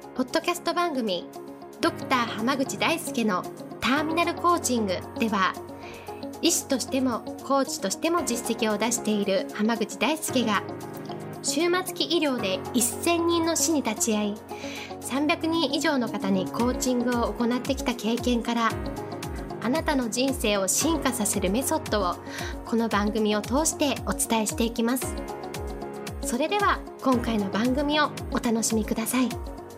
ポッドキャスト番組ドクター濱口大輔のターミナルコーチングでは、医師としてもコーチとしても実績を出している濱口大輔が終末期医療で1000人の死に立ち会い、300人以上の方にコーチングを行ってきた経験から、あなたの人生を進化させるメソッドをこの番組を通してお伝えしていきます。それでは今回の番組をお楽しみください。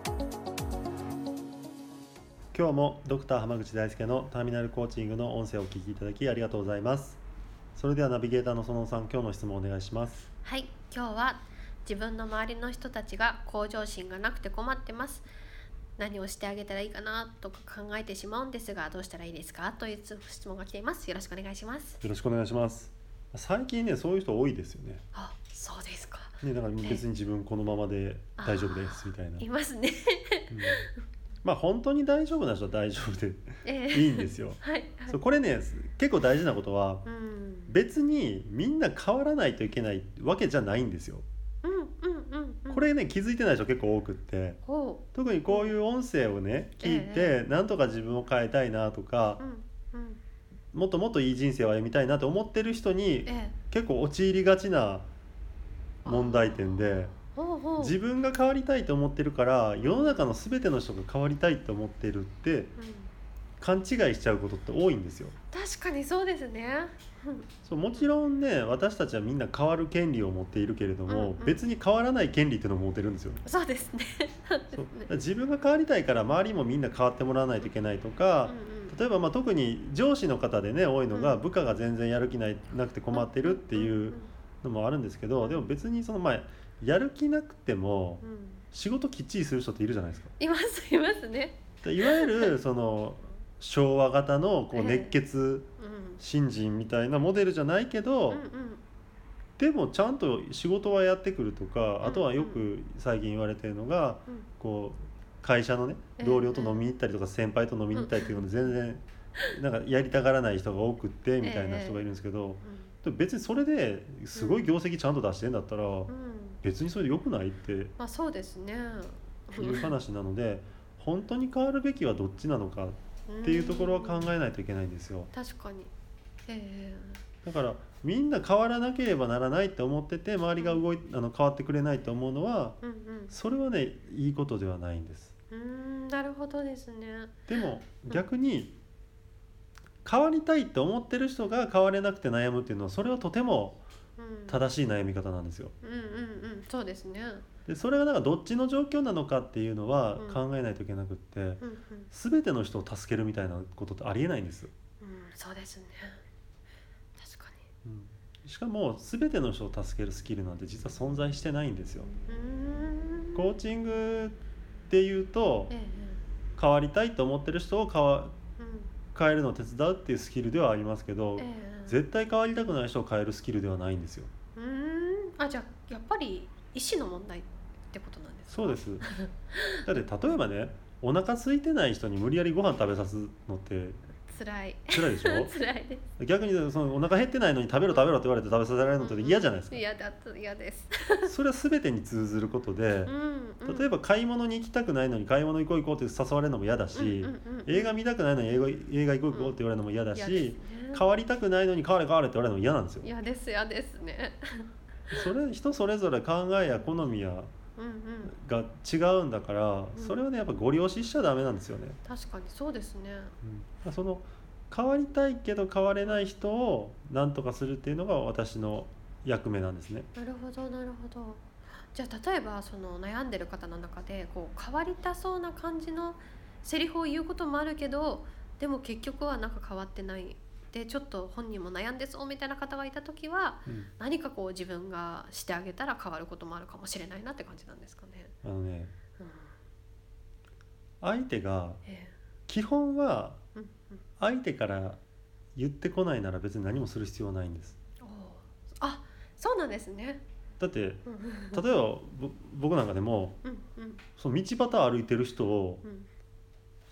今日もドクター濱口大輔のターミナルコーチングの音声をお聞きいただきありがとうございます。それではナビゲーターの園さん、今日の質問をお願いします。 はい、今日は自分の周りの人たちが向上心がなくて困ってます。何をしてあげたらいいかなとか考えてしまうんですが、どうしたらいいですかという質問が来ています。よろしくお願いします。 よろしくお願いします。最近ね、そういう人多いですよね。 あ、そうですか。 ね、だから別に自分このままで大丈夫ですみたいな。 いますね。 まあ本当に大丈夫な人は大丈夫でいいんですよ。 はい、 そう、これね、結構大事なことは、別にみんな変わらないといけないわけじゃないんですよ。これね、気づいてない人結構多くって、特にこういう音声をね聞いて、なんとか自分を変えたいなとか、もっともっといい人生を歩みたいなと思ってる人に、結構陥りがちな問題点で、自分が変わりたいと思ってるから世の中の全ての人が変わりたいと思ってるって勘違いしちゃうことって多いんですよ。 確かにそうですね。 そう、もちろんね、私たちはみんな変わる権利を持っているけれども、別に変わらない権利っていうのを持ってるんですよね。 そうですね。 そう自分が変わりたいから周りもみんな変わってもらわないといけないとか、例えば特に上司の方でね多いのが、部下が全然やる気なくて困ってるっていうのもあるんですけど、でも別にやる気なくても仕事きっちりする人っているじゃないですか。 いますね。 いわゆる昭和型の熱血新人みたいなモデルじゃないけど、でもちゃんと仕事はやってくるとか、あとはよく最近言われてるのが、会社のね同僚と飲みに行ったりとか、先輩と飲みに行ったりっていうので全然なんかやりたがらない人が多くってみたいな人がいるんですけど、別にそれですごい業績ちゃんと出してんだったら、別にそれで良くないってそうですねいう話なので、本当に変わるべきはどっちなのかっていうところは考えないといけないんですよ。 確かに。 だからみんな変わらなければならないって思ってて、周りが変わってくれないと思うのは、それはねいいことではないんです。 なるほどですね。 でも逆に変わりたいって思ってる人が変われなくて悩むっていうのは、それはとても正しい悩み方なんですよ。 そうですね。 でそれがどっちの状況なのかっていうのは考えないといけなくって、全ての人を助けるみたいなことってありえないんです。 そうですね。確かに。 しかも全ての人を助けるスキルなんて実は存在してないんですよ。コーチングっていうと、変わりたいと思ってる人を変えるのを手伝うっていうスキルではありますけど、絶対変わりたくない人を変えるスキルではないんですよ。 じゃあやっぱり意思の問題ってことなんですか？ そうです。だって例えばね、お腹空いてない人に無理やりご飯食べさすのって辛いでしょ。 辛いです。 逆にお腹減ってないのに食べろって言われて食べさせられるのって嫌じゃないですか。 嫌です。 それは全てに通ずることで、例えば買い物に行きたくないのに買い物行こうって誘われるのも嫌だし、映画見たくないのに映画行こうって言われるのも嫌だし、変わりたくないのに変われって言われるのも嫌なんですよ。 嫌ですね。 それ人それぞれ考えや好みやが違うんだから、それはねやっぱご了承しちゃダメなんですよね。 確かにそうですね。 変わりたいけど変われない人を何とかするっていうのが私の役目なんですね。 なるほど。じゃあ例えば悩んでる方の中で変わりたそうな感じのセリフを言うこともあるけど、でも結局は変わってないで、ちょっと本人も悩んでそうみたいな方がいた時は、何か自分がしてあげたら変わることもあるかもしれないなって感じなんですかね。 相手が基本は相手から言ってこないなら別に何もする必要はないんです。 そうなんですね。 だって例えば僕なんかでも、その道端歩いてる人を、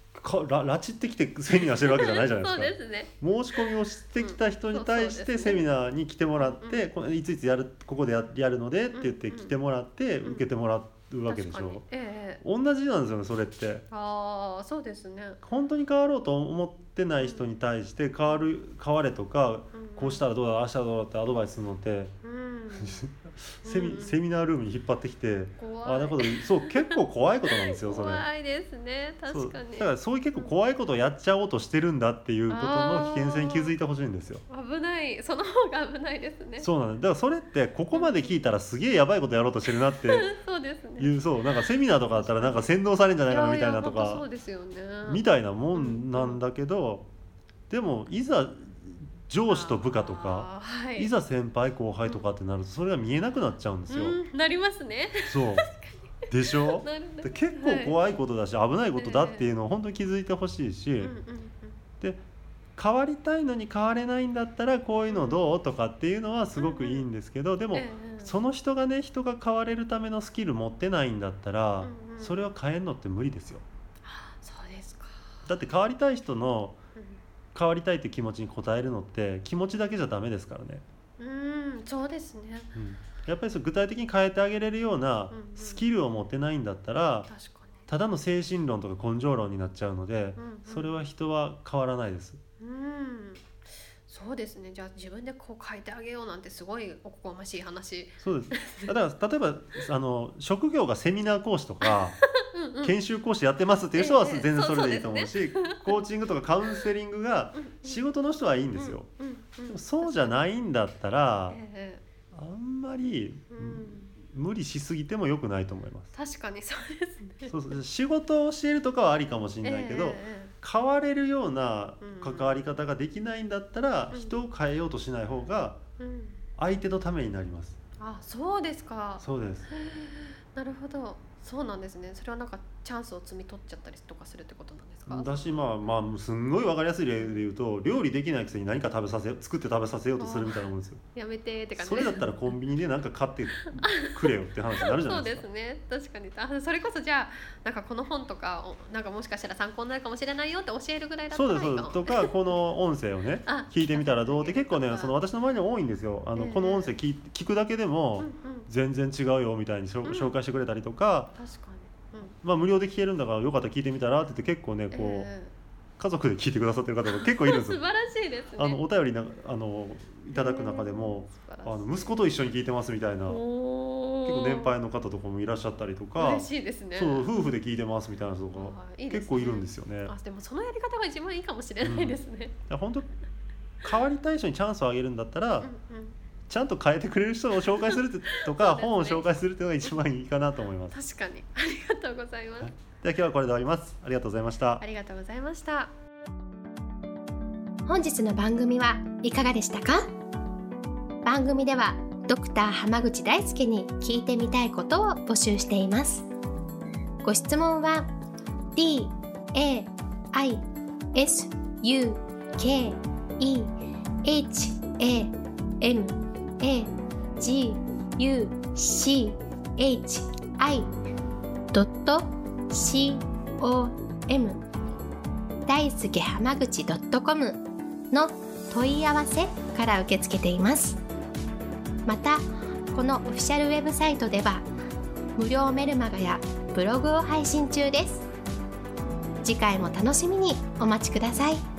拉致ってきてセミナーしてるわけじゃないじゃないですか。 そうですね。 申し込みをしてきた人に対してセミナーに来てもらって、いついつここでやるのでって言って来てもらって受けてもらうわけでしょ。同じなんですよね、それって。 ああ、そうですね。 本当に変わろうと思ってない人に対して変われとか、こうしたらどうだ、ああしたらどうだってアドバイスするのって、セミナールームに引っ張ってきて、ああなるほど、そう結構怖いことなんですよそれ。 怖いですね、確かに。 だからそういう結構怖いことをやっちゃおうとしてるんだっていうことの危険性に気づいてほしいんですよ。 危ない、その方が危ないですね。 そうなんです。だからそれってここまで聞いたらすげえやばいことやろうとしてるなってそうですね。 そうなんかセミナーとかだったらなんか洗脳されるんじゃないかなみたいなとか、 そうですよね、 みたいなもんなんだけど、でもいざ上司と部下とか、いざ先輩後輩とかってなるとそれが見えなくなっちゃうんですよ。 なりますね。 そうでしょ。結構怖いことだし危ないことだっていうのを本当に気づいてほしいし、で変わりたいのに変われないんだったらこういうのどうとかっていうのはすごくいいんですけど、でもその人が変われるためのスキル持ってないんだったらそれは変えるのって無理ですよ。 そうですか。 だって変わりたい人の変わりたいって気持ちに応えるのって気持ちだけじゃダメですからね。 そうですね。 やっぱり具体的に変えてあげれるようなスキルを持ってないんだったら、ただの精神論とか根性論になっちゃうので、それは人は変わらないです。 そうですね。じゃあ自分でこう変えてあげようなんてすごいおこがましい話。 そうです。だから例えば職業がセミナー講師とか研修講師やってますっていう人は全然それでいいと思うし、コーチングとかカウンセリングが仕事の人はいいんですよ。でもそうじゃないんだったらあんまり無理しすぎても良くないと思います。 確かにそうですね。 そう仕事を教えるとかはありかもしれないけど、変われるような関わり方ができないんだったら、人を変えようとしない方が相手のためになります。 そうですか。 そうです。 なるほど。そうなんですね。それはなんかチャンスを摘み取っちゃったりとかするってことなんですか。 だしすんごい分かりやすい例で言うと、料理できないくせに何か作って食べさせようとするみたいなもんですよ。 やめてって感じ。 それだったらコンビニで何か買ってくれよって話になるじゃないですか。 そうですね。確かに。それこそじゃあなんかこの本とかなんかもしかしたら参考になるかもしれないよって教えるぐらいだったらいいかも。 そうですとかこの音声をね聞いてみたらどうって結構ね私の周りには多いんですよ。この音声聞くだけでも全然違うよみたいに紹介してくれたりとか。確かに。無料で聞けるんだからよかったら聞いてみたらって言って結構ね家族で聞いてくださってる方が結構いるんですよ。 素晴らしいですね。 お便りいただく中でも息子と一緒に聞いてますみたいな結構年配の方とかもいらっしゃったりとか、 嬉しいですね。 そう夫婦で聞いてますみたいな人とか結構いるんですよね。 でもそのやり方が一番いいかもしれないですね。 本当変わりたい人にチャンスをあげるんだったらちゃんと変えてくれる人を紹介するとか本を紹介するっていうのが一番いいかなと思います。 確かに。ありがとうございます。 では今日はこれで終わります。ありがとうございました。 ありがとうございました。 本日の番組はいかがでしたか？番組ではドクター濱口大輔に聞いてみたいことを募集しています。ご質問は daisukeamaguchi.com 大輔濱口 .com の問い合わせから受け付けています。またこのオフィシャルウェブサイトでは無料メルマガやブログを配信中です。次回も楽しみにお待ちください。